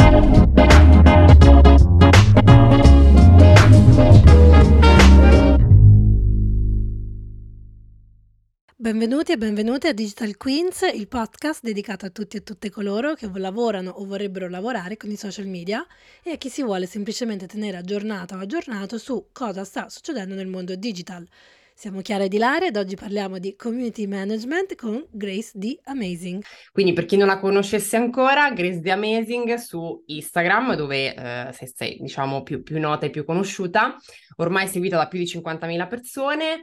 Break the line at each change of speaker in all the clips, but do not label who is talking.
Benvenuti e benvenute a Digital Queens, il podcast dedicato a tutti e tutte coloro che lavorano o vorrebbero lavorare con i social media e a chi si vuole semplicemente tenere aggiornato o aggiornato su cosa sta succedendo nel mondo digital. Siamo Chiara ed Ilaria ed oggi parliamo di community management con Grace the Amazing.
Quindi per chi non la conoscesse ancora, Grace the Amazing su Instagram, dove sei diciamo più nota e più conosciuta, ormai seguita da più di 50.000 persone.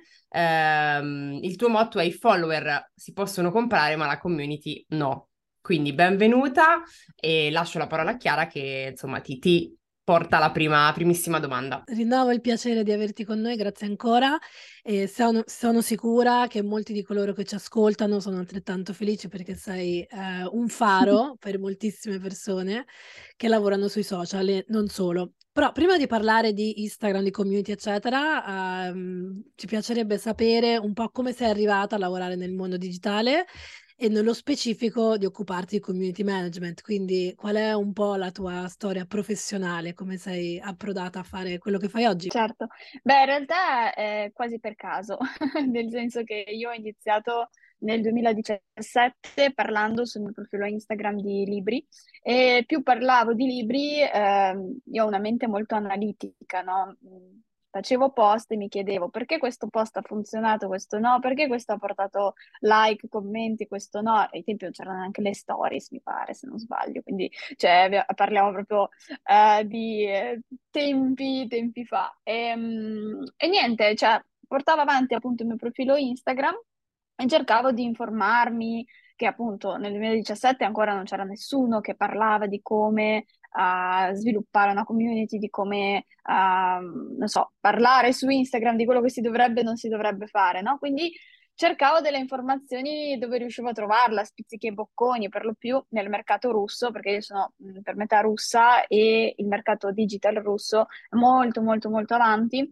Il tuo motto è: i follower si possono comprare, ma la community no. Quindi benvenuta e lascio la parola a Chiara che insomma ti porta alla primissima domanda.
Rinnovo il piacere di averti con noi, grazie ancora. E sono sicura che molti di coloro che ci ascoltano sono altrettanto felici perché sei un faro per moltissime persone che lavorano sui social e non solo. Però prima di parlare di Instagram, di community, eccetera, ci piacerebbe sapere un po' come sei arrivata a lavorare nel mondo digitale e nello specifico di occuparti di community management, quindi qual è un po' la tua storia professionale, come sei approdata a fare quello che fai oggi?
Certo, beh, in realtà è quasi per caso, nel senso che io ho iniziato nel 2017 parlando sul mio profilo Instagram di libri e più parlavo di libri, io ho una mente molto analitica, no? Facevo post e mi chiedevo perché questo post ha funzionato, questo no, perché questo ha portato like, commenti, questo no. Ai tempi non c'erano neanche le stories, mi pare, se non sbaglio, quindi cioè, parliamo proprio di tempi fa. E niente, cioè, portavo avanti appunto il mio profilo Instagram e cercavo di informarmi, che appunto nel 2017 ancora non c'era nessuno che parlava di come sviluppare una community, di come, non so, parlare su Instagram di quello che si dovrebbe e non si dovrebbe fare, no? Quindi cercavo delle informazioni dove riuscivo a trovarla, spizzichi e bocconi, per lo più nel mercato russo, perché io sono per metà russa e il mercato digital russo è molto, molto, molto avanti.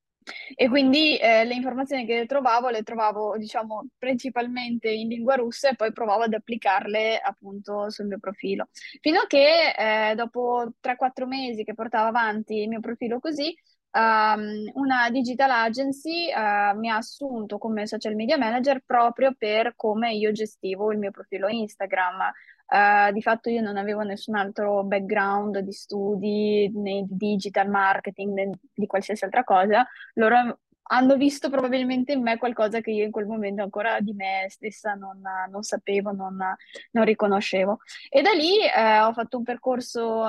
E quindi le informazioni che trovavo le trovavo, diciamo, principalmente in lingua russa e poi provavo ad applicarle appunto sul mio profilo. Fino a che dopo 3-4 mesi che portavo avanti il mio profilo così, una digital agency mi ha assunto come social media manager proprio per come io gestivo il mio profilo Instagram. Di fatto io non avevo nessun altro background di studi né di digital marketing né di qualsiasi altra cosa. Loro hanno visto probabilmente in me qualcosa che io in quel momento ancora di me stessa non sapevo, non riconoscevo. E da lì ho fatto un percorso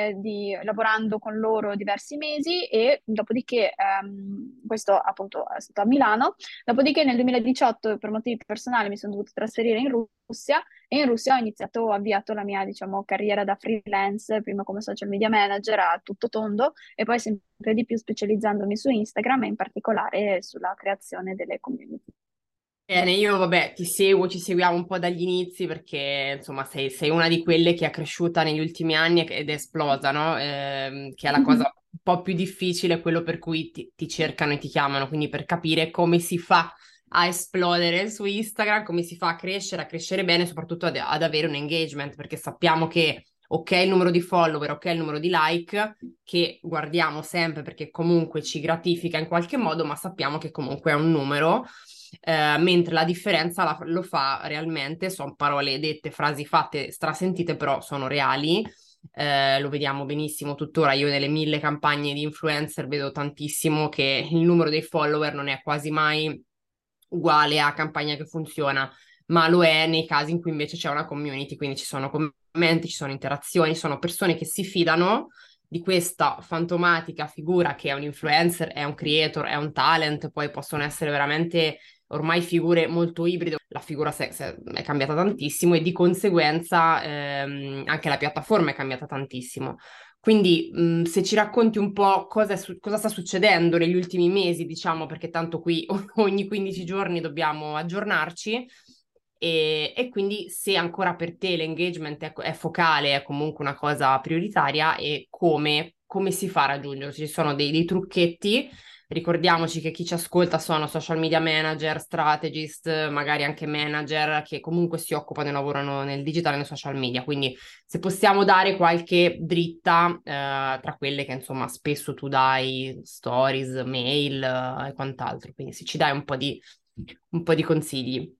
lavorando con loro diversi mesi e dopodiché, questo appunto è stato a Milano, dopodiché nel 2018 per motivi personali mi sono dovuta trasferire in Russia e in Russia ho avviato la mia, diciamo, carriera da freelance, prima come social media manager a tutto tondo e poi sempre di più specializzandomi su Instagram e in particolare sulla creazione delle community.
Bene, io vabbè ti seguo, ci seguiamo un po' dagli inizi perché insomma sei una di quelle che è cresciuta negli ultimi anni ed è esplosa, no? Che è la cosa un po' più difficile, quello per cui ti cercano e ti chiamano, quindi per capire come si fa a esplodere su Instagram, come si fa a crescere bene, soprattutto ad avere un engagement, perché sappiamo che ok il numero di follower, ok il numero di like, che guardiamo sempre perché comunque ci gratifica in qualche modo, ma sappiamo che comunque è un numero. Mentre la differenza lo fa realmente, sono parole dette, frasi fatte, strasentite, però sono reali. Lo vediamo benissimo tuttora. Io nelle 1000 campagne di influencer vedo tantissimo che il numero dei follower non è quasi mai uguale a campagna che funziona, ma lo è nei casi in cui invece c'è una community, quindi ci sono commenti, ci sono interazioni, sono persone che si fidano di questa fantomatica figura che è un influencer, è un creator, è un talent, poi possono essere veramente ormai figure molto ibride, la figura è cambiata tantissimo e di conseguenza anche la piattaforma è cambiata tantissimo. Quindi se ci racconti un po' cosa sta succedendo negli ultimi mesi, diciamo, perché tanto qui ogni 15 giorni dobbiamo aggiornarci, e quindi se ancora per te l'engagement è focale, è comunque una cosa prioritaria e come si fa a raggiungerlo? Ci sono dei trucchetti ricordiamoci che chi ci ascolta sono social media manager, strategist, magari anche manager che comunque si occupano e lavorano nel digital e nei social media, quindi se possiamo dare qualche dritta tra quelle che insomma spesso tu dai, stories, mail e quant'altro, quindi se ci dai un po' di consigli.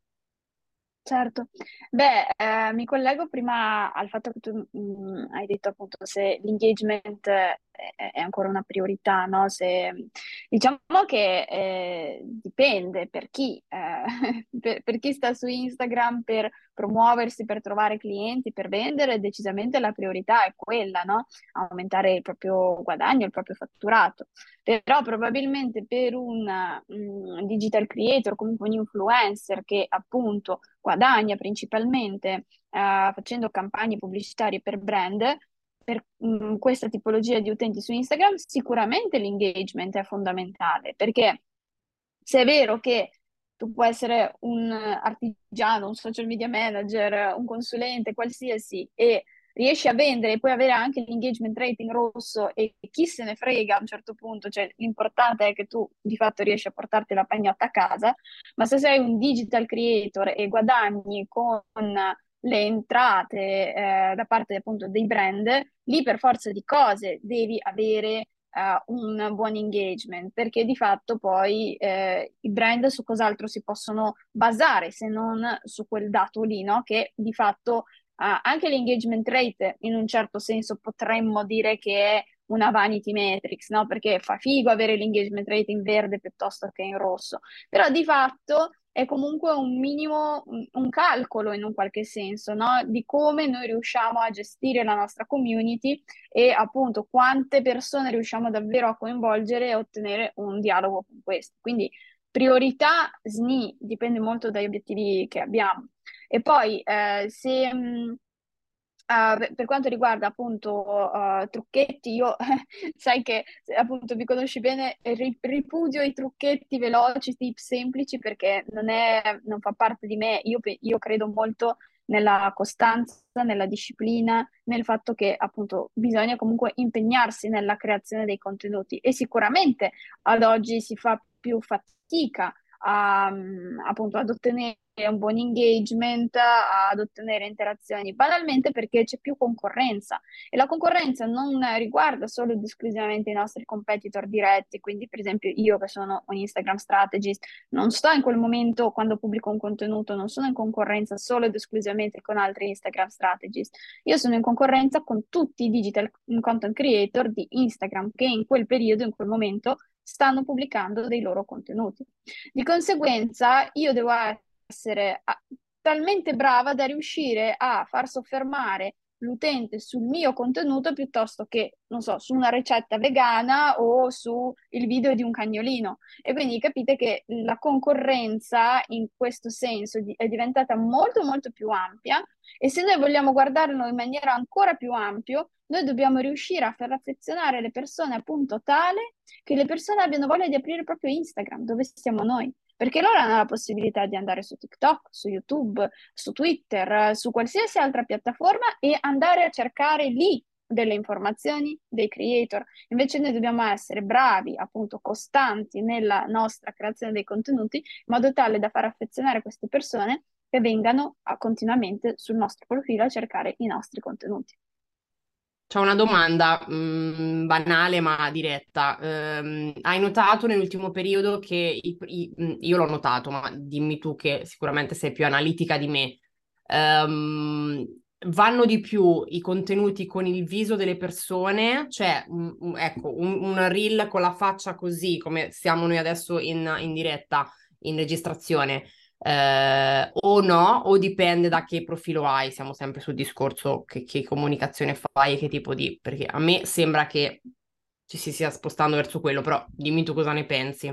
Certo, beh, mi collego prima al fatto che tu hai detto appunto se l'engagement è ancora una priorità, no? Diciamo che dipende per chi, per chi sta su Instagram per promuoversi, per trovare clienti, per vendere, decisamente la priorità è quella, no? Aumentare il proprio guadagno, il proprio fatturato. Però probabilmente per un digital creator, comunque un influencer che appunto guadagna principalmente facendo campagne pubblicitarie per brand, per questa tipologia di utenti su Instagram, sicuramente l'engagement è fondamentale, perché se è vero che tu puoi essere un artigiano, un social media manager, un consulente, qualsiasi, e riesci a vendere e puoi avere anche l'engagement rating rosso e chi se ne frega a un certo punto, cioè l'importante è che tu di fatto riesci a portarti la pagnotta a casa, ma se sei un digital creator e guadagni con le entrate da parte appunto dei brand, lì per forza di cose devi avere un buon engagement, perché di fatto poi i brand su cos'altro si possono basare se non su quel dato lì, no? Che di fatto anche l'engagement rate in un certo senso potremmo dire che è una vanity metrics, no? Perché fa figo avere l'engagement rate in verde piuttosto che in rosso, però di fatto è comunque un minimo, un calcolo in un qualche senso, no? Di come noi riusciamo a gestire la nostra community e appunto quante persone riusciamo davvero a coinvolgere e ottenere un dialogo con questo. Quindi priorità SNI dipende molto dagli obiettivi che abbiamo. E poi se per quanto riguarda appunto trucchetti, io sai che appunto mi conosci bene, ripudio i trucchetti veloci, tip semplici perché non fa parte di me. Io credo molto nella costanza, nella disciplina, nel fatto che appunto bisogna comunque impegnarsi nella creazione dei contenuti e sicuramente ad oggi si fa più fatica appunto ad ottenere un buon engagement, ad ottenere interazioni, banalmente perché c'è più concorrenza e la concorrenza non riguarda solo ed esclusivamente i nostri competitor diretti, quindi per esempio io che sono un Instagram strategist, non sto in quel momento quando pubblico un contenuto, non sono in concorrenza solo ed esclusivamente con altri Instagram strategist, io sono in concorrenza con tutti i digital content creator di Instagram che in quel periodo, in quel momento stanno pubblicando dei loro contenuti. Di conseguenza, io devo essere talmente brava da riuscire a far soffermare l'utente sul mio contenuto piuttosto che, non so, su una ricetta vegana o su il video di un cagnolino. E quindi capite che la concorrenza in questo senso è diventata molto molto più ampia e se noi vogliamo guardarlo in maniera ancora più ampia, noi dobbiamo riuscire a far affezionare le persone appunto tale che le persone abbiano voglia di aprire proprio Instagram, dove siamo noi. Perché loro hanno la possibilità di andare su TikTok, su YouTube, su Twitter, su qualsiasi altra piattaforma e andare a cercare lì delle informazioni dei creator. Invece noi dobbiamo essere bravi, appunto, costanti nella nostra creazione dei contenuti, in modo tale da far affezionare queste persone che vengano continuamente sul nostro profilo a cercare i nostri contenuti.
C'ho una domanda banale ma diretta. Hai notato nell'ultimo periodo che io l'ho notato, ma dimmi tu che sicuramente sei più analitica di me. ehm, Vanno di più i contenuti con il viso delle persone, cioè ecco, un reel con la faccia così come siamo noi adesso in diretta, in registrazione o no, o dipende da che profilo hai, siamo sempre sul discorso che comunicazione fai e che tipo di, perché a me sembra che ci si stia spostando verso quello, però dimmi tu cosa ne pensi.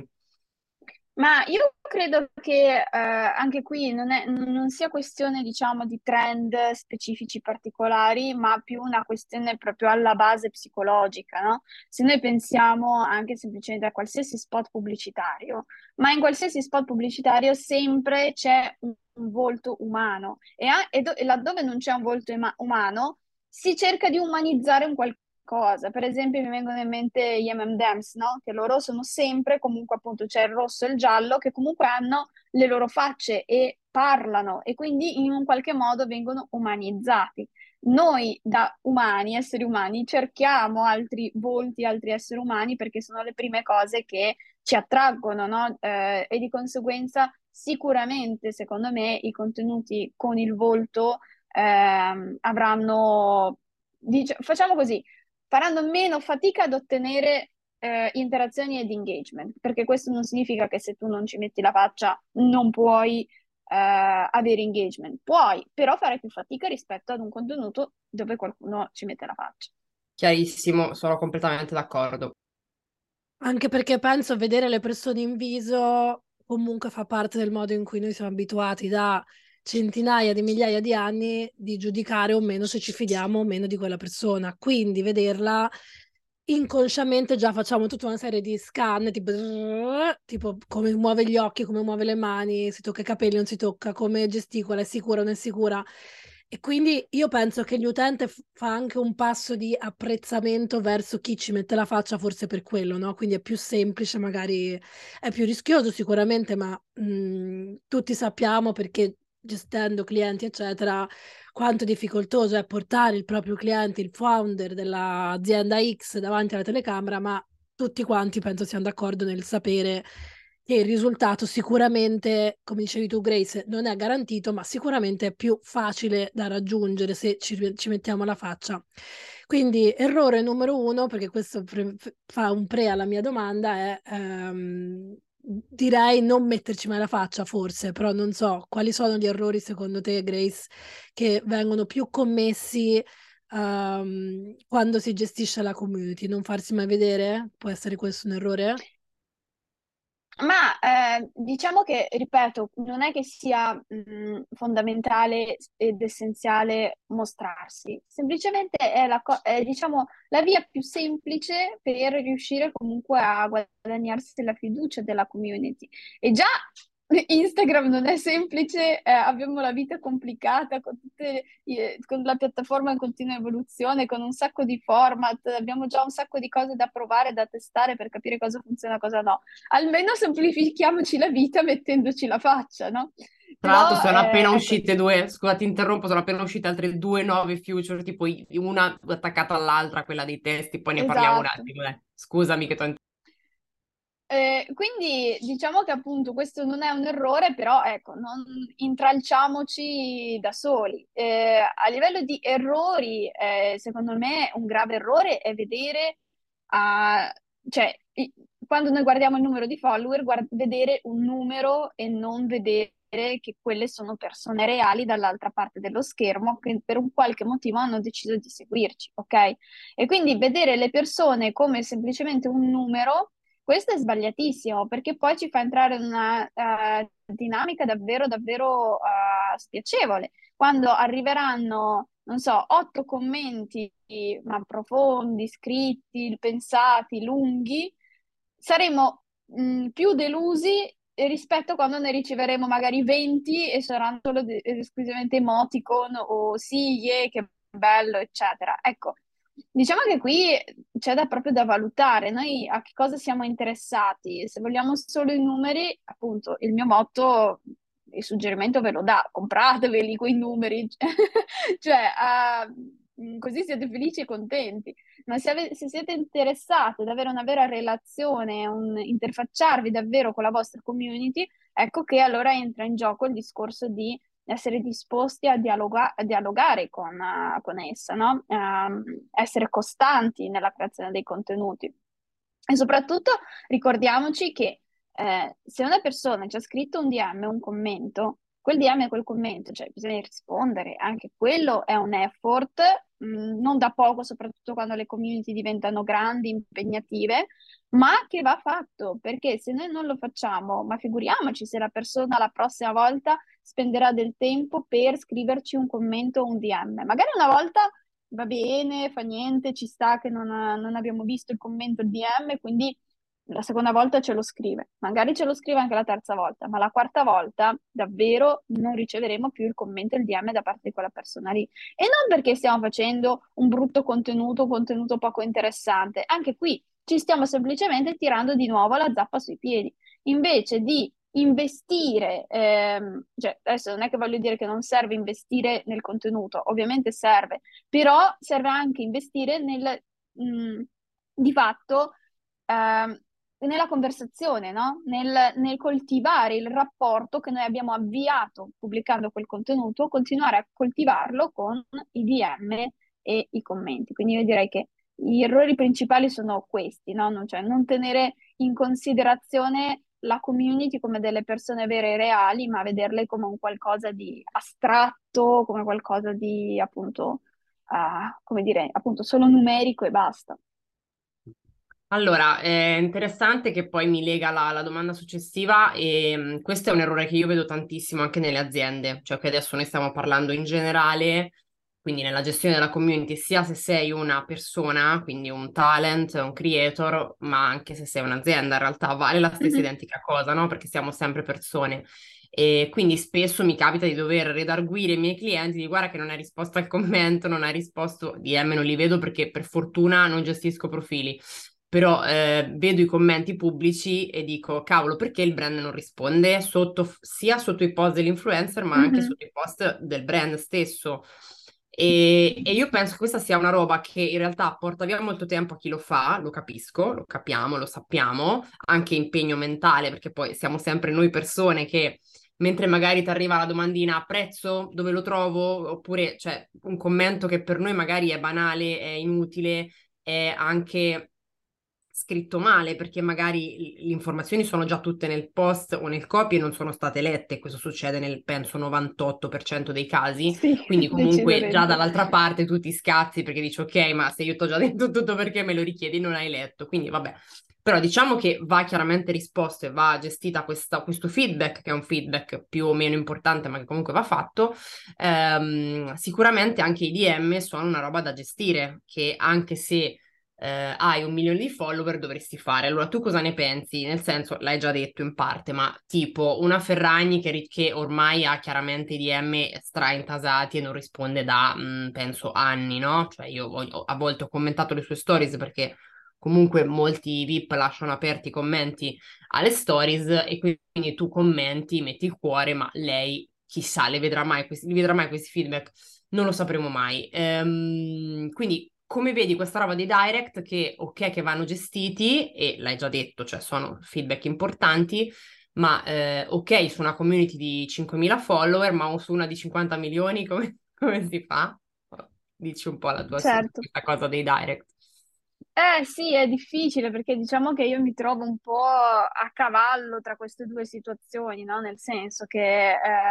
Ma io credo che anche qui non sia questione, diciamo, di trend specifici particolari, ma più una questione proprio alla base psicologica, no? Se noi pensiamo anche semplicemente a qualsiasi spot pubblicitario, ma in qualsiasi spot pubblicitario sempre c'è un volto umano e laddove non c'è un volto umano si cerca di umanizzare un qualcosa cosa. Per esempio mi vengono in mente gli M&M's, no? Che loro sono sempre, comunque appunto c'è il rosso e il giallo, che comunque hanno le loro facce e parlano e quindi in un qualche modo vengono umanizzati. Noi da umani, esseri umani, cerchiamo altri volti, altri esseri umani perché sono le prime cose che ci attraggono, no? E di conseguenza sicuramente, secondo me, i contenuti con il volto avranno, facciamo così, faranno meno fatica ad ottenere interazioni ed engagement, perché questo non significa che se tu non ci metti la faccia non puoi avere engagement. Puoi, però fare più fatica rispetto ad un contenuto dove qualcuno ci mette la faccia.
Chiarissimo, sono completamente d'accordo.
Anche perché penso vedere le persone in viso comunque fa parte del modo in cui noi siamo abituati da centinaia di migliaia di anni di giudicare o meno se ci fidiamo o meno di quella persona. Quindi vederla inconsciamente già facciamo tutta una serie di scan, tipo come muove gli occhi, come muove le mani, si tocca i capelli, non si tocca, come gesticola, è sicura o non è sicura. E quindi io penso che l'utente fa anche un passo di apprezzamento verso chi ci mette la faccia, forse per quello, no? Quindi è più semplice, magari è più rischioso sicuramente, ma tutti sappiamo perché gestendo clienti, eccetera, quanto difficoltoso è portare il proprio cliente, il founder dell'azienda X davanti alla telecamera, ma tutti quanti penso siano d'accordo nel sapere che il risultato sicuramente, come dicevi tu Grace, non è garantito, ma sicuramente è più facile da raggiungere se ci mettiamo la faccia. Quindi errore numero uno, perché questo fa un pre alla mia domanda, è direi non metterci mai la faccia, forse, però non so quali sono gli errori secondo te, Grace, che vengono più commessi quando si gestisce la community. Non farsi mai vedere? Può essere questo un errore?
Ma diciamo che, ripeto, non è che sia fondamentale ed essenziale mostrarsi, semplicemente è, diciamo, la via più semplice per riuscire comunque a guadagnarsi la fiducia della community. E già Instagram non è semplice, abbiamo la vita complicata con con la piattaforma in continua evoluzione, con un sacco di format, abbiamo già un sacco di cose da provare, da testare per capire cosa funziona e cosa no. Almeno semplifichiamoci la vita mettendoci la faccia, no?
Tra l'altro
Però,
sono appena
ecco,
uscite due, scusa ti interrompo, sono appena uscite altre due nuove feature, tipo una attaccata all'altra, quella dei testi, poi ne parliamo un
esatto.
attimo. Scusami che
Quindi diciamo che appunto questo non è un errore, però ecco, non intralciamoci da soli. A livello di errori, secondo me un grave errore è vedere, ah, cioè, quando noi guardiamo il numero di follower, vedere un numero e non vedere che quelle sono persone reali dall'altra parte dello schermo che per un qualche motivo hanno deciso di seguirci, ok? E quindi vedere le persone come semplicemente un numero, questo è sbagliatissimo perché poi ci fa entrare in una dinamica davvero, davvero spiacevole. Quando arriveranno, non so, 8 commenti, ma profondi, scritti, pensati, lunghi, saremo più delusi rispetto a quando ne riceveremo magari 20 e saranno solo esclusivamente emoticon o sì, yeah, che bello, eccetera. Ecco, diciamo che qui c'è proprio da valutare noi a che cosa siamo interessati. Se vogliamo solo i numeri, appunto, il mio motto, il suggerimento ve lo dà, comprateveli quei numeri, cioè, così siete felici e contenti. Ma se siete interessati ad avere una vera relazione, interfacciarvi davvero con la vostra community, ecco che allora entra in gioco il discorso di essere disposti a dialogare con essa, no? Essere costanti nella creazione dei contenuti. E soprattutto ricordiamoci che se una persona ci ha scritto un DM, un commento, quel DM e quel commento, cioè bisogna rispondere, anche quello è un effort, non da poco, soprattutto quando le community diventano grandi, impegnative, ma che va fatto, perché se noi non lo facciamo, ma figuriamoci se la persona la prossima volta spenderà del tempo per scriverci un commento o un DM. Magari una volta va bene, fa niente, ci sta che non abbiamo visto il commento, il DM, quindi la seconda volta ce lo scrive, magari ce lo scrive anche la terza volta, ma la quarta volta davvero non riceveremo più il commento e il DM da parte di quella persona lì. E non perché stiamo facendo un brutto contenuto, contenuto poco interessante, anche qui ci stiamo semplicemente tirando di nuovo la zappa sui piedi. Invece di investire, cioè adesso non è che voglio dire che non serve investire nel contenuto, ovviamente serve, però serve anche investire di fatto ehm, nella conversazione, no? Nel coltivare il rapporto che noi abbiamo avviato pubblicando quel contenuto, continuare a coltivarlo con i DM e i commenti. Quindi io direi che gli errori principali sono questi, no? Cioè non tenere in considerazione la community come delle persone vere e reali, ma vederle come un qualcosa di astratto, come qualcosa di appunto, come dire, appunto solo numerico e basta.
Allora, è interessante che poi mi lega la domanda successiva e questo è un errore che io vedo tantissimo anche nelle aziende, cioè che adesso noi stiamo parlando in generale, quindi nella gestione della community, sia se sei una persona, quindi un talent, un creator, ma anche se sei un'azienda, in realtà vale la stessa
Mhm.
identica cosa, no? Perché siamo sempre persone. E quindi spesso mi capita di dover redarguire i miei clienti di guarda che non hai risposto al commento, non hai risposto, DM non li vedo perché per fortuna non gestisco profili, però vedo i commenti pubblici e dico, cavolo, perché il brand non risponde sia sotto i post dell'influencer, ma anche
Mhm.
sotto i post del brand stesso. E io penso che questa sia una roba che in realtà porta via molto tempo a chi lo fa, lo capisco, lo capiamo, lo sappiamo, anche impegno mentale, perché poi siamo sempre noi persone che mentre magari ti arriva la domandina a prezzo, dove lo trovo, oppure cioè, un commento che per noi magari è banale, è inutile, è anche scritto male perché magari le informazioni sono già tutte nel post o nel copy e non sono state lette. Questo succede nel, penso, 98% dei casi.
Sì,
Quindi comunque già
decisamente.
dall'altra parte tu ti scazzi perché dici ok, ma se io ti ho già detto tutto perché me lo richiedi non hai letto. Quindi vabbè. Però diciamo che va chiaramente risposto e va gestita questo feedback, che è un feedback più o meno importante, ma che comunque va fatto. Sicuramente anche i DM sono una roba da gestire, che anche se hai 1 milione di follower dovresti fare. Allora, tu cosa ne pensi? Nel senso, l'hai già detto in parte, ma tipo una Ferragni che ormai ha chiaramente i DM straintasati e non risponde da, penso, anni, no? Cioè io a volte ho commentato le sue stories perché comunque molti VIP lasciano aperti i commenti alle stories e quindi tu commenti, metti il cuore, ma lei, chissà, li vedrà mai questi feedback? Non lo sapremo mai. Quindi, come vedi questa roba dei direct che, ok, che vanno gestiti, e l'hai già detto, cioè sono feedback importanti, ma ok, su una community di 5.000 follower, ma o su una di 50 milioni, come si fa? Dici un po' la tua su
Certo.
questa cosa dei direct.
Sì, è difficile perché diciamo che io mi trovo un po' a cavallo tra queste due situazioni, no? Nel senso che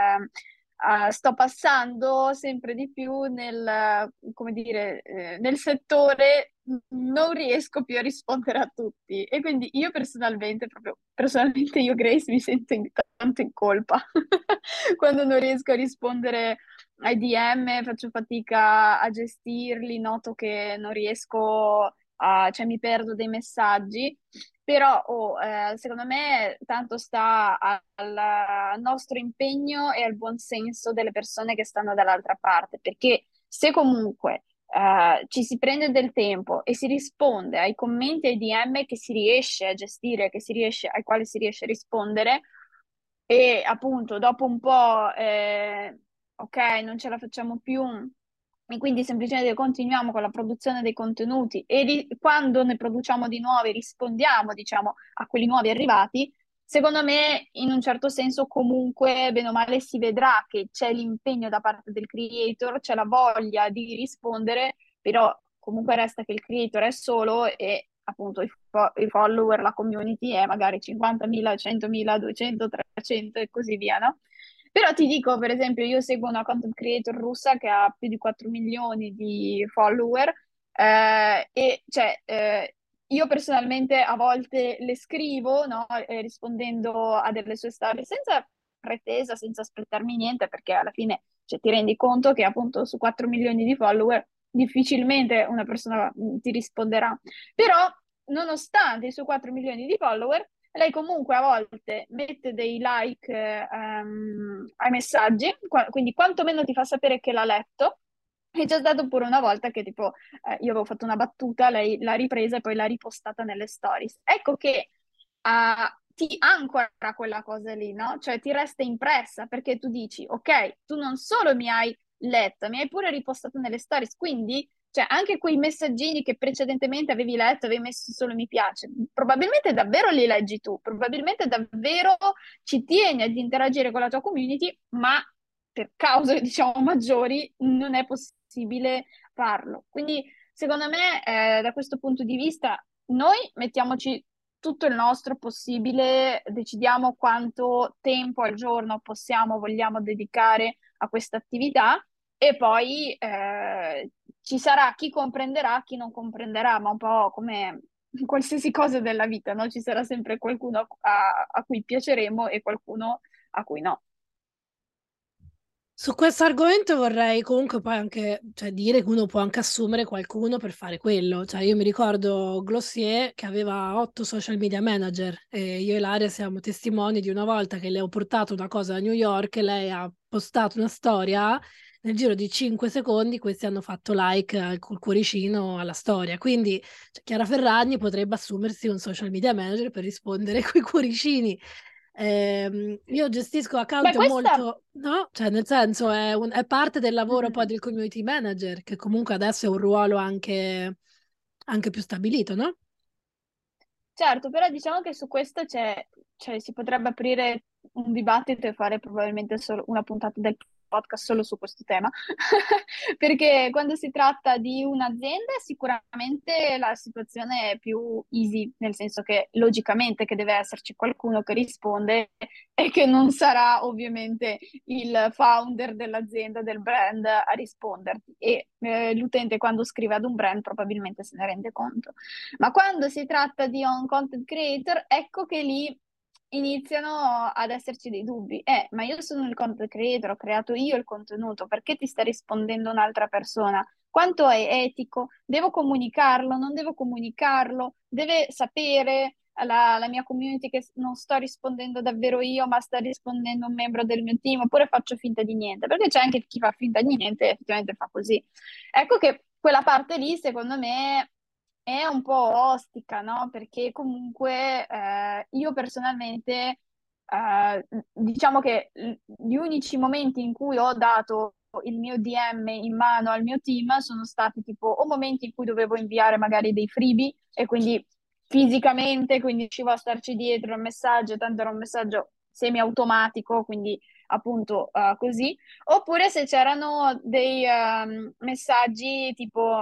sto passando sempre di più come dire, nel settore, non riesco più a rispondere a tutti e quindi io personalmente, proprio personalmente io Grace mi sento tanto in colpa quando non riesco a rispondere ai DM, faccio fatica a gestirli, noto che non riesco cioè mi perdo dei messaggi, però secondo me tanto sta al nostro impegno e al buon senso delle persone che stanno dall'altra parte, perché se comunque ci si prende del tempo e si risponde ai commenti e ai DM che si riesce a gestire, ai quali si riesce a rispondere, e appunto dopo un po', ok, non ce la facciamo più e quindi semplicemente continuiamo con la produzione dei contenuti e quando ne produciamo di nuovi rispondiamo, diciamo, a quelli nuovi arrivati, secondo me in un certo senso comunque, bene o male, si vedrà che c'è l'impegno da parte del creator, c'è la voglia di rispondere, però comunque resta che il creator è solo e appunto i follower, la community è magari 50.000, 100.000, 200, 300 e così via, no? Però ti dico, per esempio, io seguo una content creator russa che ha più di 4 milioni di follower e cioè, io personalmente a volte le scrivo, no, rispondendo a delle sue storie senza pretesa, senza aspettarmi niente, perché alla fine cioè, ti rendi conto che appunto su 4 milioni di follower difficilmente una persona ti risponderà. Però nonostante i suoi 4 milioni di follower, lei comunque a volte mette dei like ai messaggi, quindi quantomeno ti fa sapere che l'ha letto. E c'è stato pure una volta che tipo io avevo fatto una battuta, lei l'ha ripresa e poi l'ha ripostata nelle stories. Ecco che ti ancora quella cosa lì, no? Cioè ti resta impressa perché tu dici, ok, tu non solo mi hai letto, mi hai pure ripostato nelle stories, quindi cioè, anche quei messaggini che precedentemente avevi letto, avevi messo solo mi piace, probabilmente davvero li leggi tu, probabilmente davvero ci tieni ad interagire con la tua community, ma per cause, diciamo, maggiori non è possibile farlo. Quindi, secondo me, da questo punto di vista, noi mettiamoci tutto il nostro possibile, decidiamo quanto tempo al giorno possiamo, vogliamo dedicare a questa attività e poi ci sarà chi comprenderà, chi non comprenderà, ma un po' come qualsiasi cosa della vita, no? Ci sarà sempre qualcuno a cui piaceremo e qualcuno a cui no.
Su questo argomento vorrei comunque poi anche, cioè, dire che uno può anche assumere qualcuno per fare quello. Cioè, io mi ricordo Glossier che aveva 8 social media manager e io e Ilaria siamo testimoni di una volta che le ho portato una cosa a New York e lei ha postato una storia, nel giro di 5 secondi questi hanno fatto like col cuoricino alla storia. Quindi cioè, Chiara Ferragni potrebbe assumersi un social media manager per rispondere coi cuoricini. Io gestisco
Beh,
account
questa
molto, no? Cioè, nel senso, è parte del lavoro poi
mm,
del community manager, che comunque adesso è un ruolo anche più stabilito, no?
certo, però diciamo che su questo cioè, si potrebbe aprire un dibattito e fare probabilmente solo una puntata del podcast solo su questo tema, perché quando si tratta di un'azienda sicuramente la situazione è più easy, nel senso che logicamente che deve esserci qualcuno che risponde e che non sarà ovviamente il founder dell'azienda, del brand a risponderti e l'utente quando scrive ad un brand probabilmente se ne rende conto. Ma quando si tratta di un content creator, ecco che lì iniziano ad esserci dei dubbi. Ma io sono il content creator, ho creato io il contenuto, perché ti sta rispondendo un'altra persona? Quanto è etico? Devo comunicarlo? Non devo comunicarlo? Deve sapere la mia community che non sto rispondendo davvero io, ma sta rispondendo un membro del mio team, oppure faccio finta di niente, perché c'è anche chi fa finta di niente e effettivamente fa così. Ecco che quella parte lì, secondo me, è un po' ostica, no? Perché comunque io personalmente, diciamo che gli unici momenti in cui ho dato il mio DM in mano al mio team sono stati tipo o momenti in cui dovevo inviare magari dei freebie e quindi fisicamente, quindi riuscivo a starci dietro il messaggio, tanto era un messaggio semi-automatico, quindi appunto così. Oppure se c'erano dei messaggi tipo,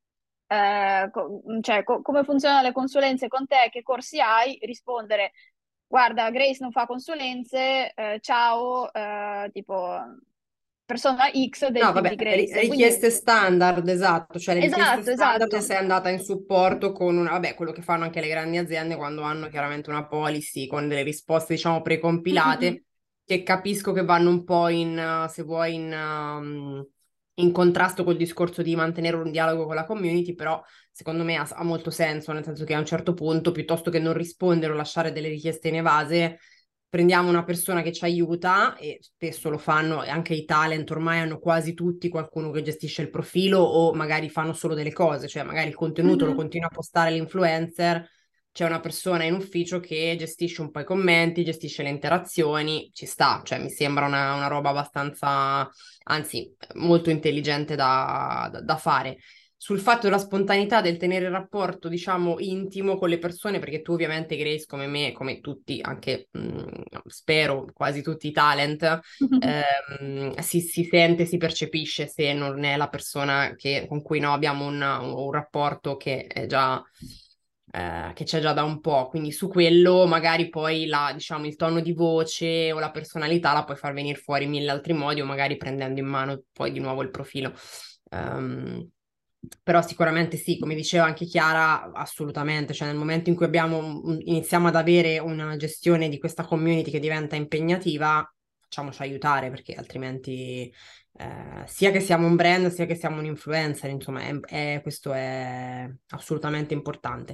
cioè, come funzionano le consulenze con te, che corsi hai, rispondere, guarda, Grace non fa consulenze, ciao, tipo persona X del
No,
team di
vabbè,
Grace. Quindi,
richieste standard, esatto, cioè le richieste
esatto,
standard
esatto.
sei andata in supporto con una, vabbè, quello che fanno anche le grandi aziende quando hanno chiaramente una policy con delle risposte, diciamo,
Mm, mm, mm.
precompilate, che capisco che vanno un po' in, se vuoi, in contrasto col discorso di mantenere un dialogo con la community, però secondo me ha molto senso, nel senso che a un certo punto, piuttosto che non rispondere o lasciare delle richieste inevase, prendiamo una persona che ci aiuta e spesso lo fanno, e anche i talent ormai hanno quasi tutti qualcuno che gestisce il profilo o magari fanno solo delle cose, cioè magari il contenuto lo
Mhm.
continua a postare l'influencer, c'è una persona in ufficio che gestisce un po' i commenti, gestisce le interazioni, ci sta, cioè mi sembra una roba abbastanza, anzi molto intelligente da fare sul fatto della spontaneità del tenere il rapporto, diciamo, intimo con le persone, perché tu ovviamente, Grace, come me, come tutti, anche spero quasi tutti i talent, si sente, si percepisce se non è la persona con cui no, abbiamo un rapporto che è già... che c'è già da un po', quindi su quello magari poi diciamo, il tono di voce o la personalità la puoi far venire fuori in mille altri modi o magari prendendo in mano poi di nuovo il profilo. Ehm, Però sicuramente sì, come diceva anche Chiara, assolutamente, cioè nel momento in cui iniziamo ad avere una gestione di questa community che diventa impegnativa, facciamoci aiutare perché altrimenti sia che siamo un brand sia che siamo un influencer, insomma, questo è assolutamente importante.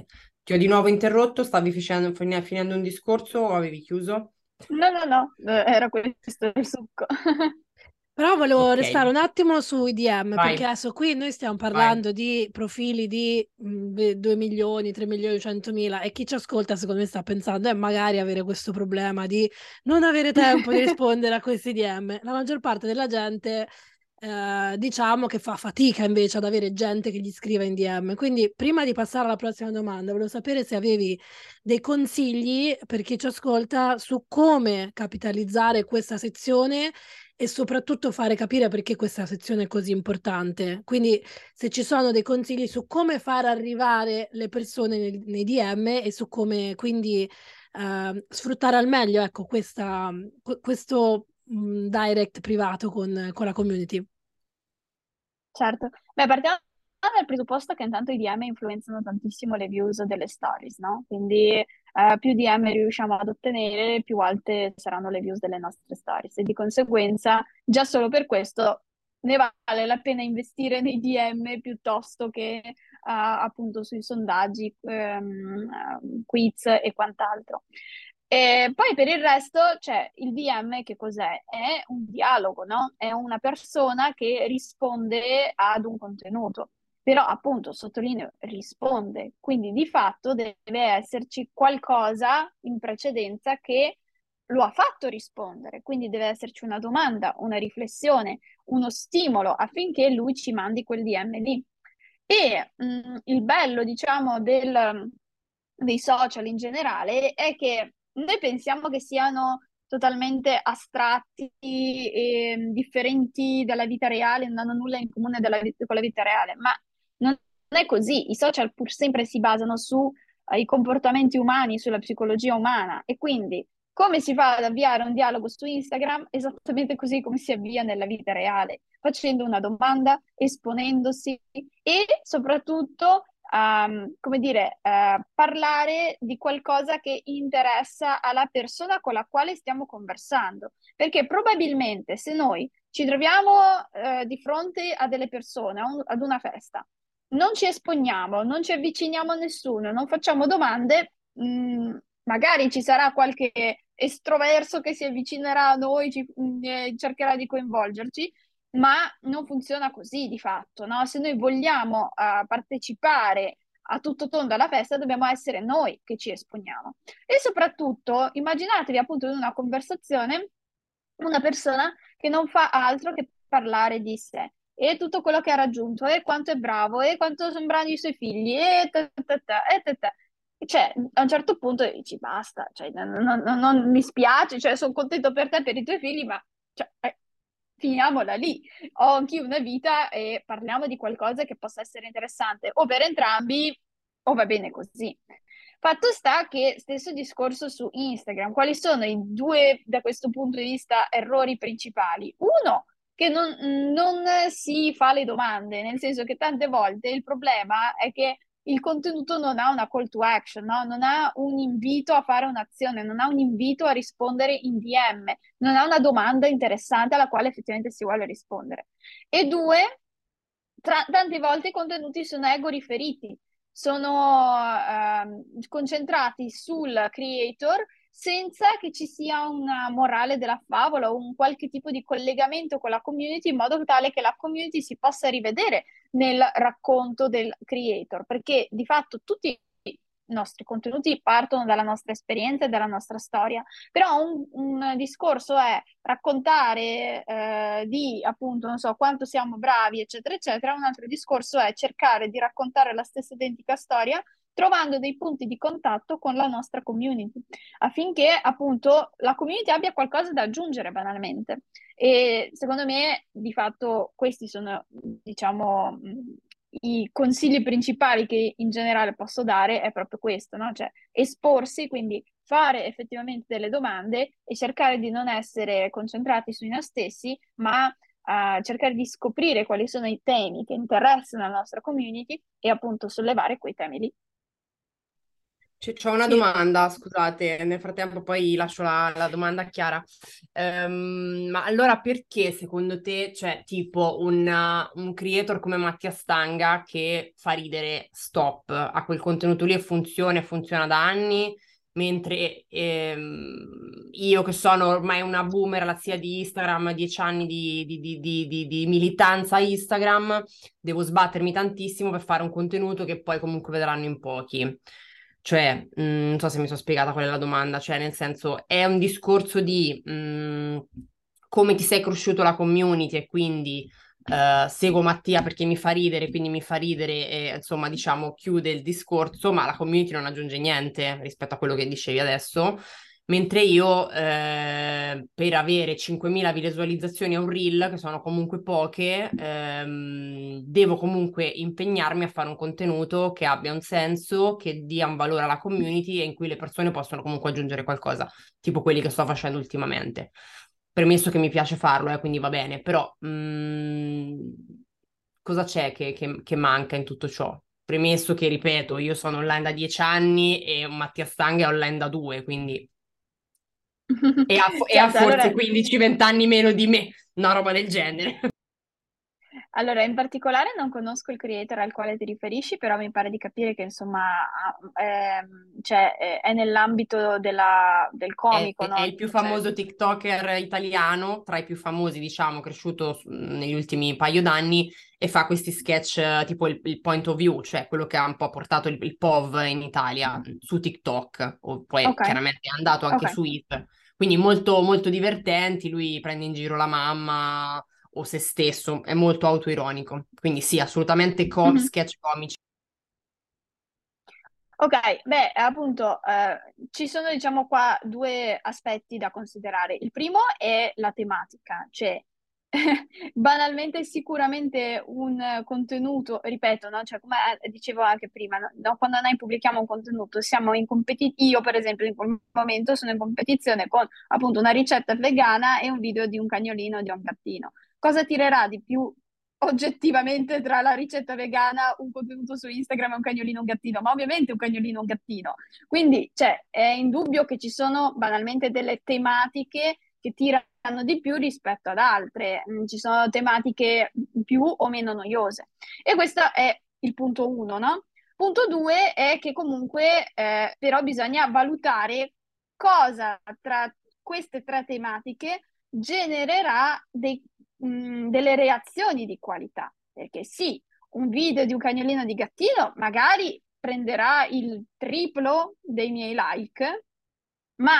Ti ho di nuovo interrotto, stavi finendo un discorso o avevi chiuso?
No, era questo il succo.
Però volevo
Ok,
restare un attimo sui DM, perché
vai,
adesso qui noi stiamo
vai.
parlando di profili di 2 milioni, 3 milioni, 100.000 e chi ci ascolta secondo me sta pensando magari avere questo problema di non avere tempo di rispondere a questi DM. La maggior parte della gente diciamo che fa fatica invece ad avere gente che gli scrive in DM. Quindi prima di passare alla prossima domanda, volevo sapere se avevi dei consigli per chi ci ascolta su come capitalizzare questa sezione e soprattutto fare capire perché questa sezione è così importante. Quindi se ci sono dei consigli su come far arrivare le persone nei DM e su come quindi sfruttare al meglio, ecco, questo direct privato con la community.
Certo. Beh, partiamo dal presupposto che intanto i DM influenzano tantissimo le views delle stories, no? Quindi più DM riusciamo ad ottenere, più alte saranno le views delle nostre stories e di conseguenza già solo per questo ne vale la pena investire nei DM piuttosto che appunto sui sondaggi, quiz e quant'altro. E poi per il resto, cioè, il DM che cos'è? È un dialogo, no? È una persona che risponde ad un contenuto, però appunto, sottolineo, risponde, quindi di fatto deve esserci qualcosa in precedenza che lo ha fatto rispondere, quindi deve esserci una domanda, una riflessione, uno stimolo affinché lui ci mandi quel DM lì. E il bello, diciamo, dei social in generale è che noi pensiamo che siano totalmente astratti e differenti dalla vita reale, non hanno nulla in comune con la vita reale, ma non è così. I social pur sempre si basano su i comportamenti umani, sulla psicologia umana e quindi come si fa ad avviare un dialogo su Instagram? Esattamente così come si avvia nella vita reale, facendo una domanda, esponendosi e soprattutto, come dire, parlare di qualcosa che interessa alla persona con la quale stiamo conversando. Perché probabilmente se noi ci troviamo, di fronte a delle persone, ad una festa, non ci esponiamo, non ci avviciniamo a nessuno, non facciamo domande, magari ci sarà qualche estroverso che si avvicinerà a noi, cercherà di coinvolgerci, ma non funziona così di fatto, no? Se noi vogliamo partecipare a tutto tondo alla festa, dobbiamo essere noi che ci esponiamo. E soprattutto, immaginatevi appunto in una conversazione una persona che non fa altro che parlare di sé e tutto quello che ha raggiunto e quanto è bravo e quanto sono bravi i suoi figli e ta ta ta, e ta ta. Cioè, a un certo punto dici basta, cioè, non mi spiace, cioè, sono contento per te e per i tuoi figli, ma cioè, finiamola lì. Ho anch'io una vita e parliamo di qualcosa che possa essere interessante o per entrambi o va bene così. Fatto sta che stesso discorso su Instagram, quali sono i due, da questo punto di vista, errori principali? Uno, che non si fa le domande, nel senso che tante volte il problema è che il contenuto non ha una call to action, no? Non ha un invito a fare un'azione, non ha un invito a rispondere in DM, non ha una domanda interessante alla quale effettivamente si vuole rispondere. E due, tante volte i contenuti sono ego riferiti, sono concentrati sul creator senza che ci sia una morale della favola o un qualche tipo di collegamento con la community in modo tale che la community si possa rivedere nel racconto del creator, perché di fatto tutti i nostri contenuti partono dalla nostra esperienza e dalla nostra storia, però un discorso è raccontare di appunto, non so, quanto siamo bravi, eccetera, eccetera, un altro discorso è cercare di raccontare la stessa identica storia trovando dei punti di contatto con la nostra community, affinché appunto la community abbia qualcosa da aggiungere banalmente. E secondo me, di fatto, questi sono, diciamo, i consigli principali che in generale posso dare è proprio questo, no? Cioè esporsi, quindi fare effettivamente delle domande e cercare di non essere concentrati su noi stessi, ma cercare di scoprire quali sono i temi che interessano la nostra community e appunto sollevare quei temi lì.
C'ho una
Sì,
domanda, scusate, nel frattempo poi lascio la domanda a Chiara. Ma allora perché secondo te, cioè tipo un creator come Mattia Stanga che fa ridere, stop, a quel contenuto lì funziona da anni, mentre io che sono ormai una boomer, la zia di Instagram, 10 anni di militanza Instagram, devo sbattermi tantissimo per fare un contenuto che poi comunque vedranno in pochi. Cioè, non so se mi sono spiegata qual è la domanda, cioè nel senso è un discorso di come ti sei cresciuto la community e quindi seguo Mattia perché mi fa ridere, quindi mi fa ridere e insomma diciamo chiude il discorso, ma la community non aggiunge niente rispetto a quello che dicevi adesso. Mentre io, per avere 5.000 visualizzazioni a un reel, che sono comunque poche, devo comunque impegnarmi a fare un contenuto che abbia un senso, che dia un valore alla community e in cui le persone possono comunque aggiungere qualcosa, tipo quelli che sto facendo ultimamente. Premesso che mi piace farlo, quindi va bene, però cosa c'è che manca in tutto ciò? Premesso che, ripeto, io sono online da 10 anni e Mattia Stanga è online da 2, quindi e ha
Certo,
forse
allora
15-20 anni meno di me, una roba del genere.
Allora, in particolare non conosco il creator al quale ti riferisci, però mi pare di capire che insomma cioè, è nell'ambito del comico,
È
no?
il più
Cioè,
famoso TikToker italiano, tra i più famosi, diciamo, cresciuto negli ultimi paio d'anni e fa questi sketch tipo il point of view, cioè quello che ha un po' portato il POV in Italia su TikTok, o poi
ok,
chiaramente è andato anche
ok.
su It, quindi molto, molto divertenti, lui prende in giro la mamma o se stesso, è molto autoironico, quindi sì, assolutamente
Mhm.
sketch comici.
Ok, beh, appunto, ci sono diciamo qua due aspetti da considerare. Il primo è la tematica, cioè banalmente sicuramente un contenuto, ripeto, no? Cioè, come dicevo anche prima, no? Quando noi pubblichiamo un contenuto siamo in competizione, io per esempio in quel momento sono in competizione con appunto una ricetta vegana e un video di un cagnolino o di un gattino. Cosa tirerà di più oggettivamente tra la ricetta vegana, un contenuto su Instagram e un cagnolino e un gattino? Ma ovviamente un cagnolino e un gattino. Quindi, cioè, è indubbio che ci sono banalmente delle tematiche che tirano di più rispetto ad altre. Ci sono tematiche più o meno noiose. E questo è il punto uno, no? Punto due è che comunque però bisogna valutare cosa tra queste tre tematiche genererà delle reazioni di qualità. Perché sì, un video di un cagnolino di gattino magari prenderà il triplo dei miei like, ma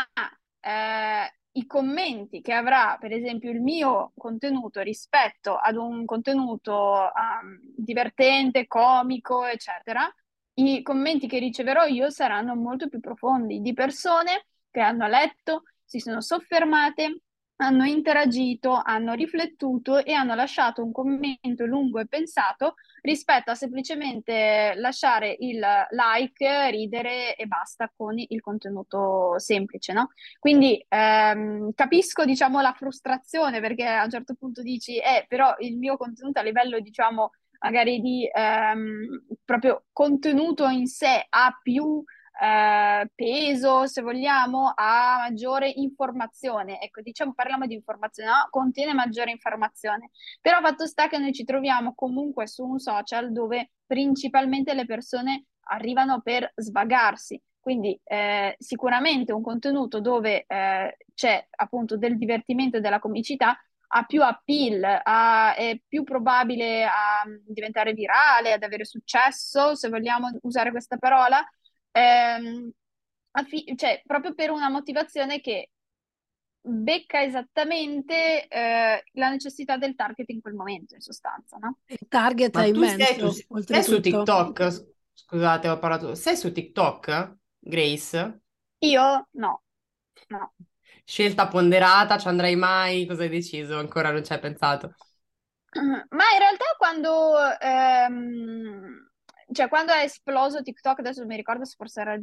i commenti che avrà, per esempio, il mio contenuto rispetto ad un contenuto divertente, comico, eccetera, i commenti che riceverò io saranno molto più profondi di persone che hanno letto, si sono soffermate, hanno interagito, hanno riflettuto e hanno lasciato un commento lungo e pensato rispetto a semplicemente lasciare il like, ridere e basta con il contenuto semplice, no? Quindi capisco, diciamo, la frustrazione perché a un certo punto dici, però il mio contenuto a livello, diciamo, magari di proprio contenuto in sé ha più peso, se vogliamo, ha maggiore informazione. Ecco, diciamo, parliamo di informazione, no? Contiene maggiore informazione. Però fatto sta che noi ci troviamo comunque su un social dove principalmente le persone arrivano per svagarsi. Quindi sicuramente un contenuto dove c'è appunto del divertimento e della comicità ha più appeal, è più probabile a diventare virale, ad avere successo, se vogliamo usare questa parola, cioè proprio per una motivazione che becca esattamente la necessità del target in quel momento, in sostanza, no?
il target è
Ma
immenso,
sei su
oltretutto.
TikTok? Scusate, ho parlato. Sei su TikTok, Grace?
Io no, no.
Scelta ponderata, ci andrai mai? Cosa hai deciso? Ancora non ci hai pensato?
Ma in realtà cioè quando è esploso TikTok, adesso non mi ricordo se forse era il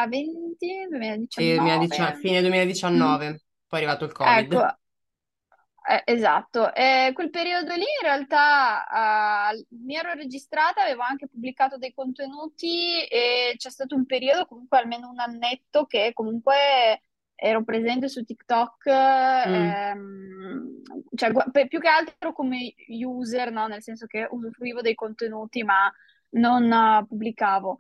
2020,
Sì,
2019,
fine
mm,
2019, poi è arrivato il
ecco,
Covid.
Esatto. Quel periodo lì in realtà mi ero registrata, avevo anche pubblicato dei contenuti e c'è stato un periodo, comunque almeno un annetto, che comunque ero presente su TikTok,
Mm.
cioè più che altro come user, no? Nel senso che usufruivo dei contenuti ma non pubblicavo.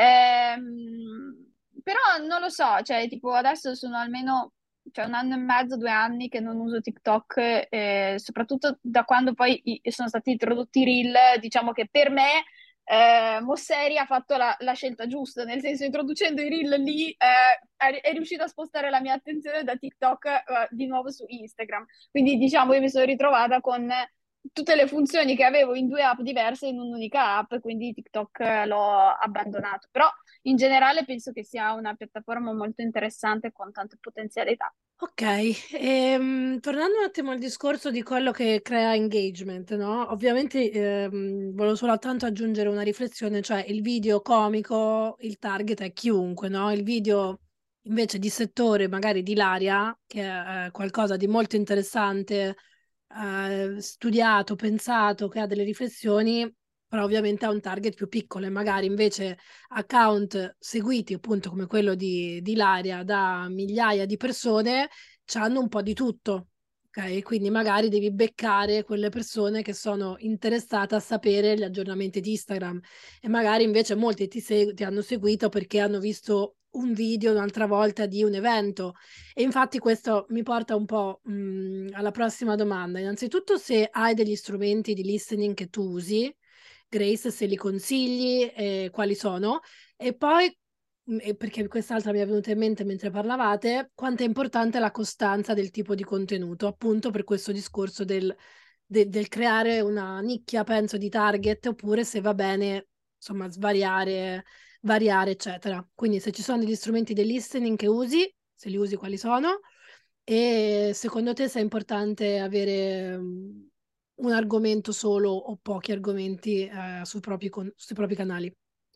Però non lo so, cioè tipo adesso sono almeno cioè 1 anno e mezzo, 2 anni che non uso TikTok, soprattutto da quando poi sono stati introdotti i Reel, diciamo che per me Mosseri ha fatto la scelta giusta, nel senso introducendo i Reel lì è riuscito a spostare la mia attenzione da TikTok di nuovo su Instagram. Quindi diciamo io mi sono ritrovata con tutte le funzioni che avevo in due app diverse in un'unica app, quindi TikTok l'ho abbandonato. Però in generale penso che sia una piattaforma molto interessante con tante potenzialità.
Ok, tornando un attimo al discorso di quello che crea engagement, no? Ovviamente volevo soltanto aggiungere una riflessione, cioè il video comico, il target è chiunque, no? Il video invece di settore, magari di Ilaria, che è qualcosa di molto interessante, studiato, pensato, che ha delle riflessioni, però ovviamente ha un target più piccolo e magari invece account seguiti appunto come quello di Ilaria da migliaia di persone hanno un po' di tutto. Ok, quindi magari devi beccare quelle persone che sono interessate a sapere gli aggiornamenti di Instagram e magari invece molti ti hanno seguito perché hanno visto un video un'altra volta di un evento. E infatti questo mi porta un po' alla prossima domanda. Innanzitutto, se hai degli strumenti di listening che tu usi, Grace, se li consigli, quali sono? E poi, e perché quest'altra mi è venuta in mente mentre parlavate, quanto è importante la costanza del tipo di contenuto, appunto per questo discorso del creare una nicchia, penso, di target, oppure se va bene, insomma, svariare, variare, eccetera. Quindi se ci sono degli strumenti di listening che usi, se li usi, quali sono? E secondo te se è importante avere un argomento solo o pochi argomenti sui propri canali?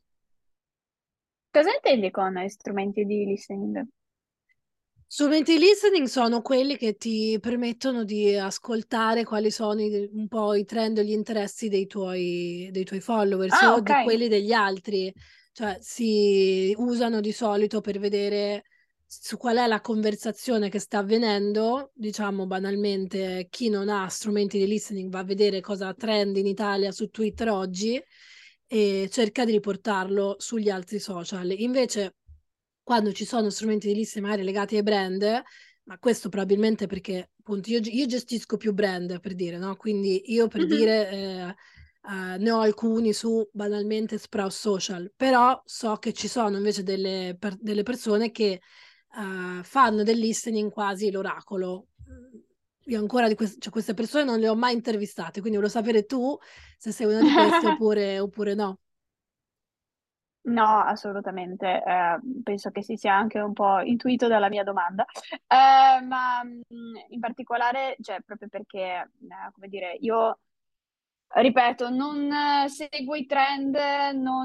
Cosa intendi con strumenti di listening?
Strumenti di listening sono quelli che ti permettono di ascoltare quali sono un po' i trend o gli interessi dei tuoi followers
Ah,
o
ok.
di quelli degli altri. Cioè, si usano di solito per vedere su qual è la conversazione che sta avvenendo. Diciamo banalmente, chi non ha strumenti di listening va a vedere cosa trend in Italia su Twitter oggi e cerca di riportarlo sugli altri social. Invece, quando ci sono strumenti di liste magari legati ai brand, ma questo probabilmente perché appunto io gestisco più brand per dire, no? Quindi io per
Mhm.
dire ne ho alcuni su banalmente Sprout Social, però so che ci sono invece delle persone che fanno del listening quasi l'oracolo. Io ancora cioè, queste persone non le ho mai intervistate, quindi volevo sapere tu se sei una di queste oppure no.
No, assolutamente. Penso che si sia anche un po' intuito dalla mia domanda. Ma in particolare, cioè, proprio perché, come dire, io ripeto, non seguo i trend, non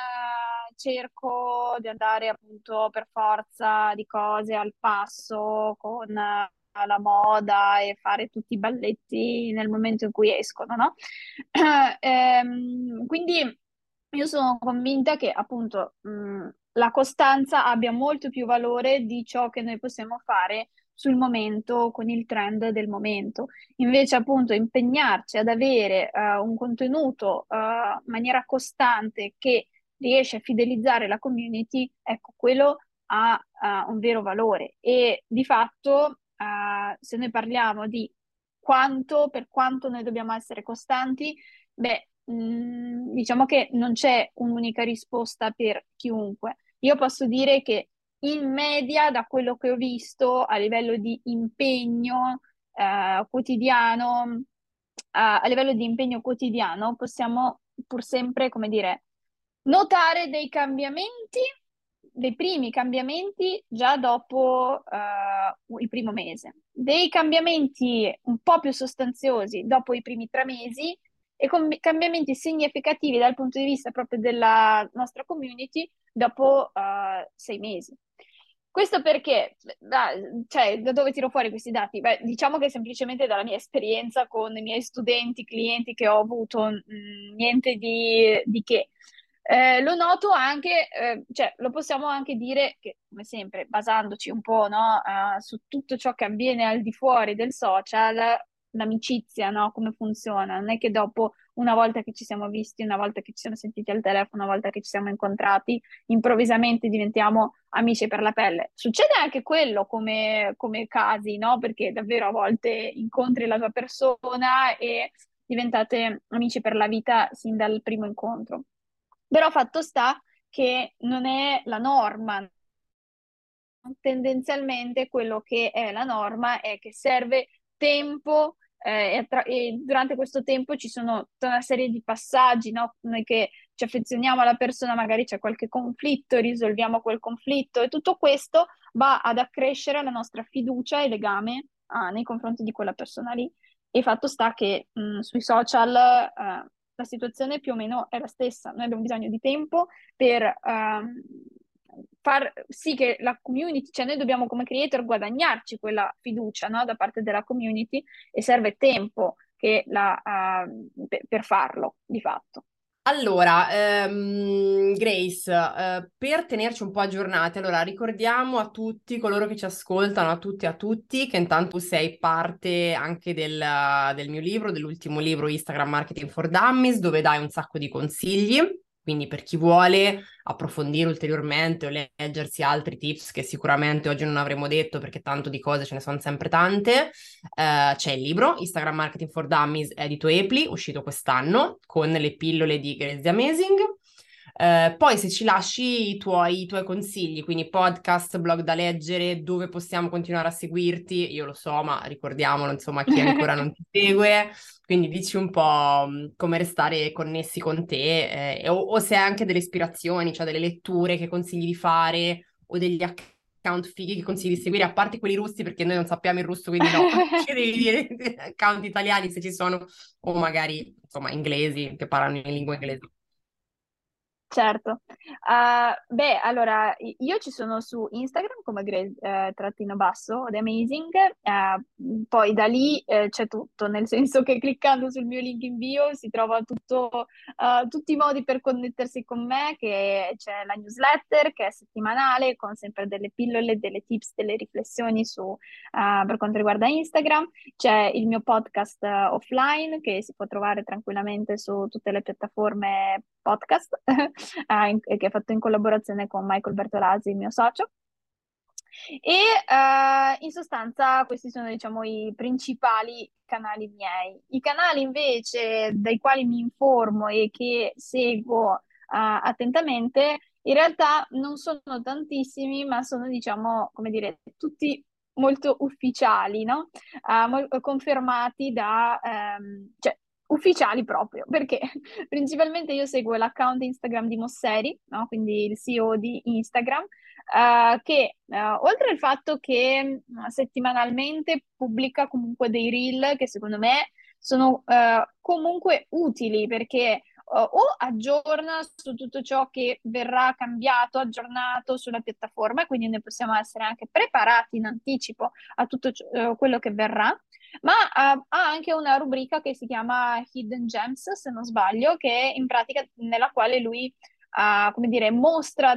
cerco di andare appunto per forza di cose al passo con la moda e fare tutti i balletti nel momento in cui escono, no? Quindi io sono convinta che appunto la costanza abbia molto più valore di ciò che noi possiamo fare sul momento con il trend del momento. Invece, appunto, impegnarci ad avere un contenuto in maniera costante che riesce a fidelizzare la community, ecco, quello ha un vero valore. E di fatto, se noi parliamo di per quanto noi dobbiamo essere costanti, beh, diciamo che non c'è un'unica risposta per chiunque. Io posso dire che in media, da quello che ho visto a livello di impegno quotidiano, a livello di impegno quotidiano, possiamo pur sempre, come dire, notare dei cambiamenti, dei primi cambiamenti già dopo il primo mese, dei cambiamenti un po' più sostanziosi dopo i primi 3 mesi e cambiamenti significativi dal punto di vista proprio della nostra community dopo 6 mesi. Questo perché, cioè, da dove tiro fuori questi dati? Beh, diciamo che semplicemente dalla mia esperienza con i miei studenti, clienti che ho avuto, niente di che. Lo noto anche, cioè, lo possiamo anche dire che, come sempre, basandoci un po', no, su tutto ciò che avviene al di fuori del social, l'amicizia, no, come funziona. Non è che dopo una volta che ci siamo visti, una volta che ci siamo sentiti al telefono, una volta che ci siamo incontrati, improvvisamente diventiamo amici per la pelle. Succede anche quello come casi, no? Perché davvero a volte incontri la tua persona e diventate amici per la vita sin dal primo incontro. Però fatto sta che non è la norma. Tendenzialmente quello che è la norma è che serve tempo e durante questo tempo ci sono tutta una serie di passaggi, no? Noi che ci affezioniamo alla persona, magari c'è qualche conflitto, risolviamo quel conflitto e tutto questo va ad accrescere la nostra fiducia e legame nei confronti di quella persona lì. E fatto sta che sui social la situazione più o meno è la stessa. Noi abbiamo bisogno di tempo per far sì che la community, cioè noi dobbiamo come creator guadagnarci quella fiducia, no, da parte della community e serve tempo per farlo, di fatto.
Allora, Grace, per tenerci un po' aggiornati, allora ricordiamo a tutti coloro che ci ascoltano, a tutti e a tutti, che intanto sei parte anche del mio libro, dell'ultimo libro Instagram Marketing for Dummies, dove dai un sacco di consigli. Quindi per chi vuole approfondire ulteriormente o leggersi altri tips che sicuramente oggi non avremo detto perché tanto di cose ce ne sono sempre tante, c'è il libro Instagram Marketing for Dummies edito Epli, uscito quest'anno, con le pillole di Grace the Amazing. Poi se ci lasci i tuoi consigli, quindi podcast, blog da leggere, dove possiamo continuare a seguirti, io lo so, ma ricordiamolo, insomma, chi ancora non ti segue, quindi dici un po' come restare connessi con te, o se hai anche delle ispirazioni, cioè delle letture che consigli di fare, o degli account fighi che consigli di seguire, a parte quelli russi, perché noi non sappiamo il russo, quindi no, ci devi dire account italiani se ci sono, o magari, insomma, inglesi, che parlano in lingua inglese.
Certo. Beh, allora, io ci sono su Instagram come trattino basso, The Amazing, poi da lì c'è tutto, nel senso che cliccando sul mio link in bio si trova tutti i modi per connettersi con me, che c'è la newsletter che è settimanale, con sempre delle pillole, delle tips, delle riflessioni per quanto riguarda Instagram. C'è il mio podcast offline che si può trovare tranquillamente su tutte le piattaforme podcast che ha fatto in collaborazione con Michael Bertolasi, il mio socio. E in sostanza questi sono, diciamo, i principali canali miei. I canali invece dai quali mi informo e che seguo attentamente, in realtà non sono tantissimi, ma sono, diciamo, come dire, tutti molto ufficiali, no? Confermati cioè, ufficiali proprio, perché principalmente io seguo l'account Instagram di Mosseri, no? Quindi il CEO di Instagram, che oltre al fatto che settimanalmente pubblica comunque dei reel che secondo me sono comunque utili perché o aggiorna su tutto ciò che verrà cambiato, aggiornato sulla piattaforma, quindi noi possiamo essere anche preparati in anticipo a tutto quello che verrà, ma ha anche una rubrica che si chiama Hidden Gems, se non sbaglio, che è in pratica nella quale lui come dire, mostra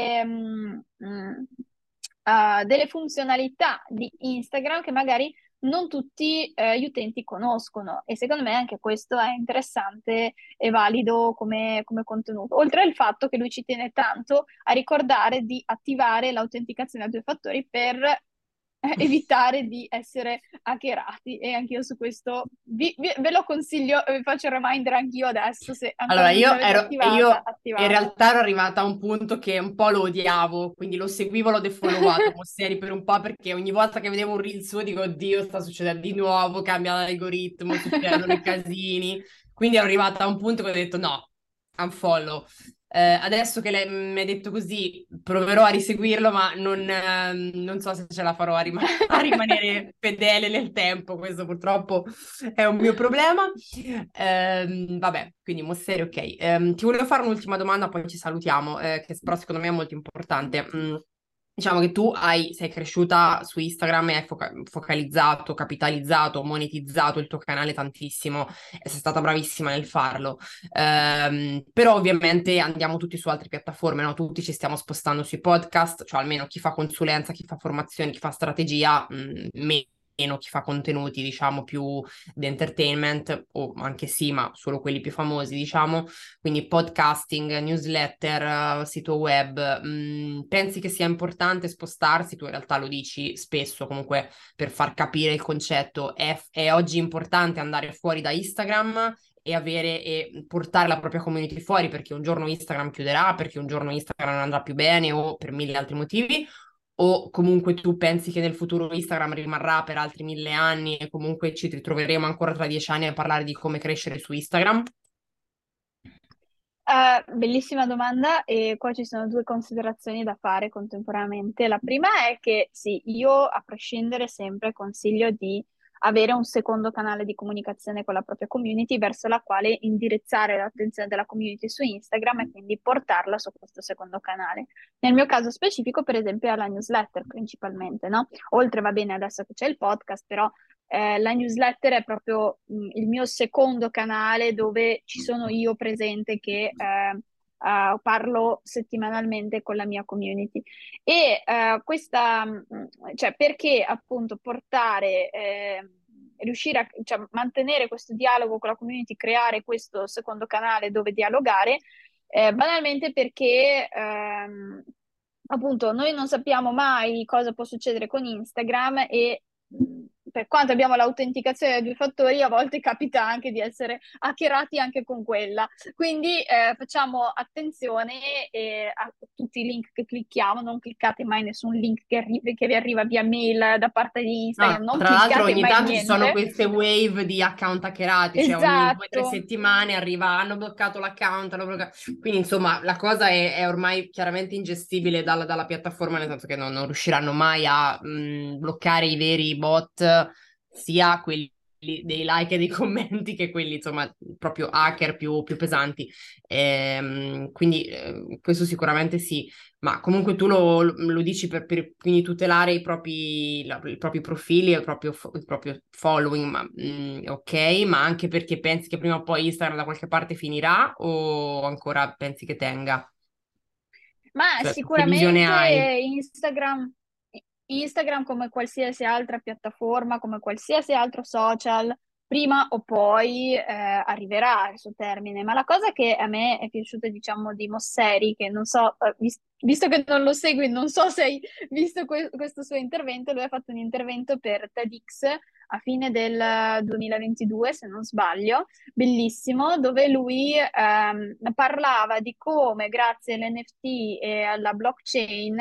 delle funzionalità di Instagram che magari non tutti gli utenti conoscono e secondo me anche questo è interessante e valido come contenuto. Oltre al fatto che lui ci tiene tanto a ricordare di attivare l'autenticazione a due fattori per evitare di essere hackerati e anch'io su questo ve lo consiglio e vi faccio il reminder anch'io adesso se ancora
Allora,
non l'avete attivata,
io in
attivatela.
realtà ero arrivata a un punto che un po' lo odiavo, quindi lo seguivo, l'ho defollowato Mosseri per un po' perché ogni volta che vedevo un reel suo dico, oddio, sta succedendo di nuovo, cambia l'algoritmo, succedono i casini. Quindi ero arrivata a un punto che ho detto no, unfollow. Adesso che lei mi ha detto così, proverò a riseguirlo, ma non so se ce la farò a rimanere fedele nel tempo. Questo purtroppo è un mio problema. Vabbè, quindi Mosseri, ok. Ti volevo fare un'ultima domanda, poi ci salutiamo, che però secondo me è molto importante. Diciamo che tu sei cresciuta su Instagram e hai focalizzato, capitalizzato, monetizzato il tuo canale tantissimo e sei stata bravissima nel farlo. Però ovviamente andiamo tutti su altre piattaforme, no? Tutti ci stiamo spostando sui podcast, cioè almeno chi fa consulenza, chi fa formazione, chi fa strategia, meno chi fa contenuti, diciamo, più di entertainment, o anche sì, ma solo quelli più famosi, diciamo. Quindi podcasting, newsletter, sito web, pensi che sia importante spostarsi? Tu in realtà lo dici spesso, comunque per far capire il concetto, è oggi importante andare fuori da Instagram e avere e portare la propria community fuori perché un giorno Instagram chiuderà, perché un giorno Instagram non andrà più bene o per mille altri motivi, o comunque tu pensi che nel futuro Instagram rimarrà per altri 1000 anni e comunque ci ritroveremo ancora tra 10 anni a parlare di come crescere su Instagram?
Bellissima domanda e qua ci sono due considerazioni da fare contemporaneamente. La prima è che sì, io a prescindere sempre consiglio di avere un secondo canale di comunicazione con la propria community verso la quale indirizzare l'attenzione della community su Instagram e quindi portarla su questo secondo canale. Nel mio caso specifico, per esempio, è la newsletter principalmente, no? Oltre va bene adesso che c'è il podcast, però la newsletter è proprio il mio secondo canale dove ci sono io presente che parlo settimanalmente con la mia community. E cioè perché appunto portare, riuscire a cioè, mantenere questo dialogo con la community, creare questo secondo canale dove dialogare, banalmente perché appunto noi non sappiamo mai cosa può succedere con Instagram e per quanto abbiamo l'autenticazione dei due fattori, a volte capita anche di essere hackerati anche con quella. Quindi facciamo attenzione a tutti i link che clicchiamo, non cliccate mai nessun link che vi arriva via mail da parte di
No,
Instagram, non
tra l'altro
cliccate
ogni
mai
tanto ci sono
niente.
queste wave di account hackerati, cioè ogni 2 o 3 settimane arriva, hanno bloccato l'account, quindi insomma la cosa è ormai chiaramente ingestibile dalla piattaforma, nel senso che non riusciranno mai a bloccare i veri bot, sia quelli dei like e dei commenti che quelli insomma proprio hacker più pesanti. Quindi questo sicuramente sì. Ma comunque tu lo dici per quindi tutelare i propri profili e il proprio following, ma, ok, ma anche perché pensi che prima o poi Instagram da qualche parte finirà o ancora pensi che tenga?
Ma
Cioè, che visione
sicuramente
hai?
Instagram, come qualsiasi altra piattaforma, come qualsiasi altro social, prima o poi arriverà al suo termine. Ma la cosa che a me è piaciuta, diciamo, di Mosseri, che non so, visto che non lo segui, non so se hai visto questo suo intervento, lui ha fatto un intervento per TEDx a fine del 2022, se non sbaglio, bellissimo, dove lui parlava di come grazie all'NFT e alla blockchain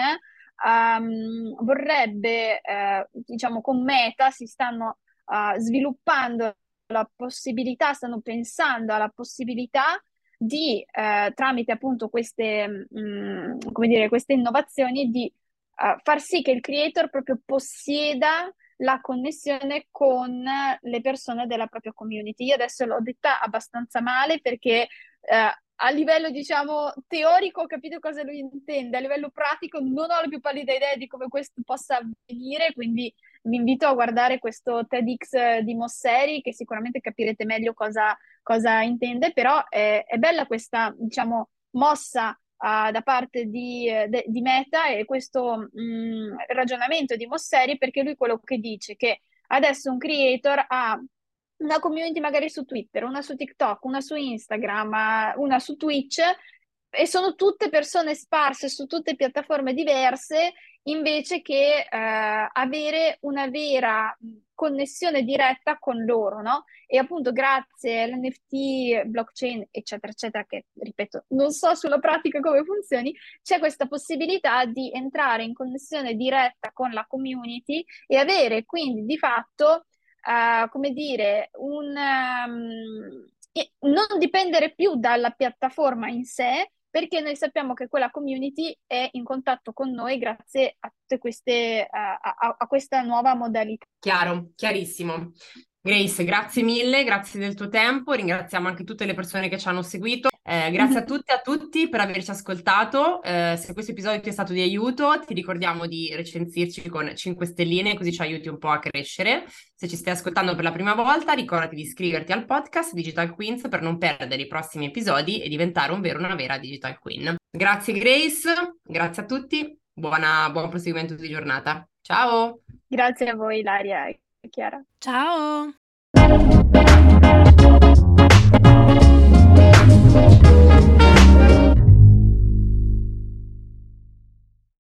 vorrebbe, diciamo, con Meta si stanno sviluppando la possibilità, stanno pensando alla possibilità di, tramite appunto queste, come dire, queste innovazioni, di far sì che il creator proprio possieda la connessione con le persone della propria community. Io adesso l'ho detta abbastanza male perché a livello, diciamo, teorico ho capito cosa lui intende, a livello pratico non ho la più pallida idea di come questo possa avvenire, quindi vi invito a guardare questo TEDx di Mosseri, che sicuramente capirete meglio cosa intende, però è bella questa, diciamo, mossa da parte di Meta e questo ragionamento di Mosseri, perché lui quello che dice che adesso un creator ha una community magari su Twitter, una su TikTok, una su Instagram, una su Twitch e sono tutte persone sparse su tutte piattaforme diverse invece che avere una vera connessione diretta con loro, no? E appunto grazie all'NFT, blockchain, eccetera, eccetera, che ripeto, non so sulla pratica come funzioni, c'è questa possibilità di entrare in connessione diretta con la community e avere quindi di fatto, come dire, non dipendere più dalla piattaforma in sé, perché noi sappiamo che quella community è in contatto con noi grazie a tutte queste, a questa nuova modalità.
Chiaro, chiarissimo. Grace, grazie mille, grazie del tuo tempo, ringraziamo anche tutte le persone che ci hanno seguito. Grazie a tutti e a tutti per averci ascoltato. Se questo episodio ti è stato di aiuto, ti ricordiamo di recensirci con 5 stelline, così ci aiuti un po' a crescere. Se ci stai ascoltando per la prima volta, ricordati di iscriverti al podcast Digital Queens per non perdere i prossimi episodi e diventare un vero o una vera Digital Queen. Grazie Grace, grazie a tutti, buon proseguimento di giornata. Ciao!
Grazie a voi, Ilaria e Chiara.
Ciao!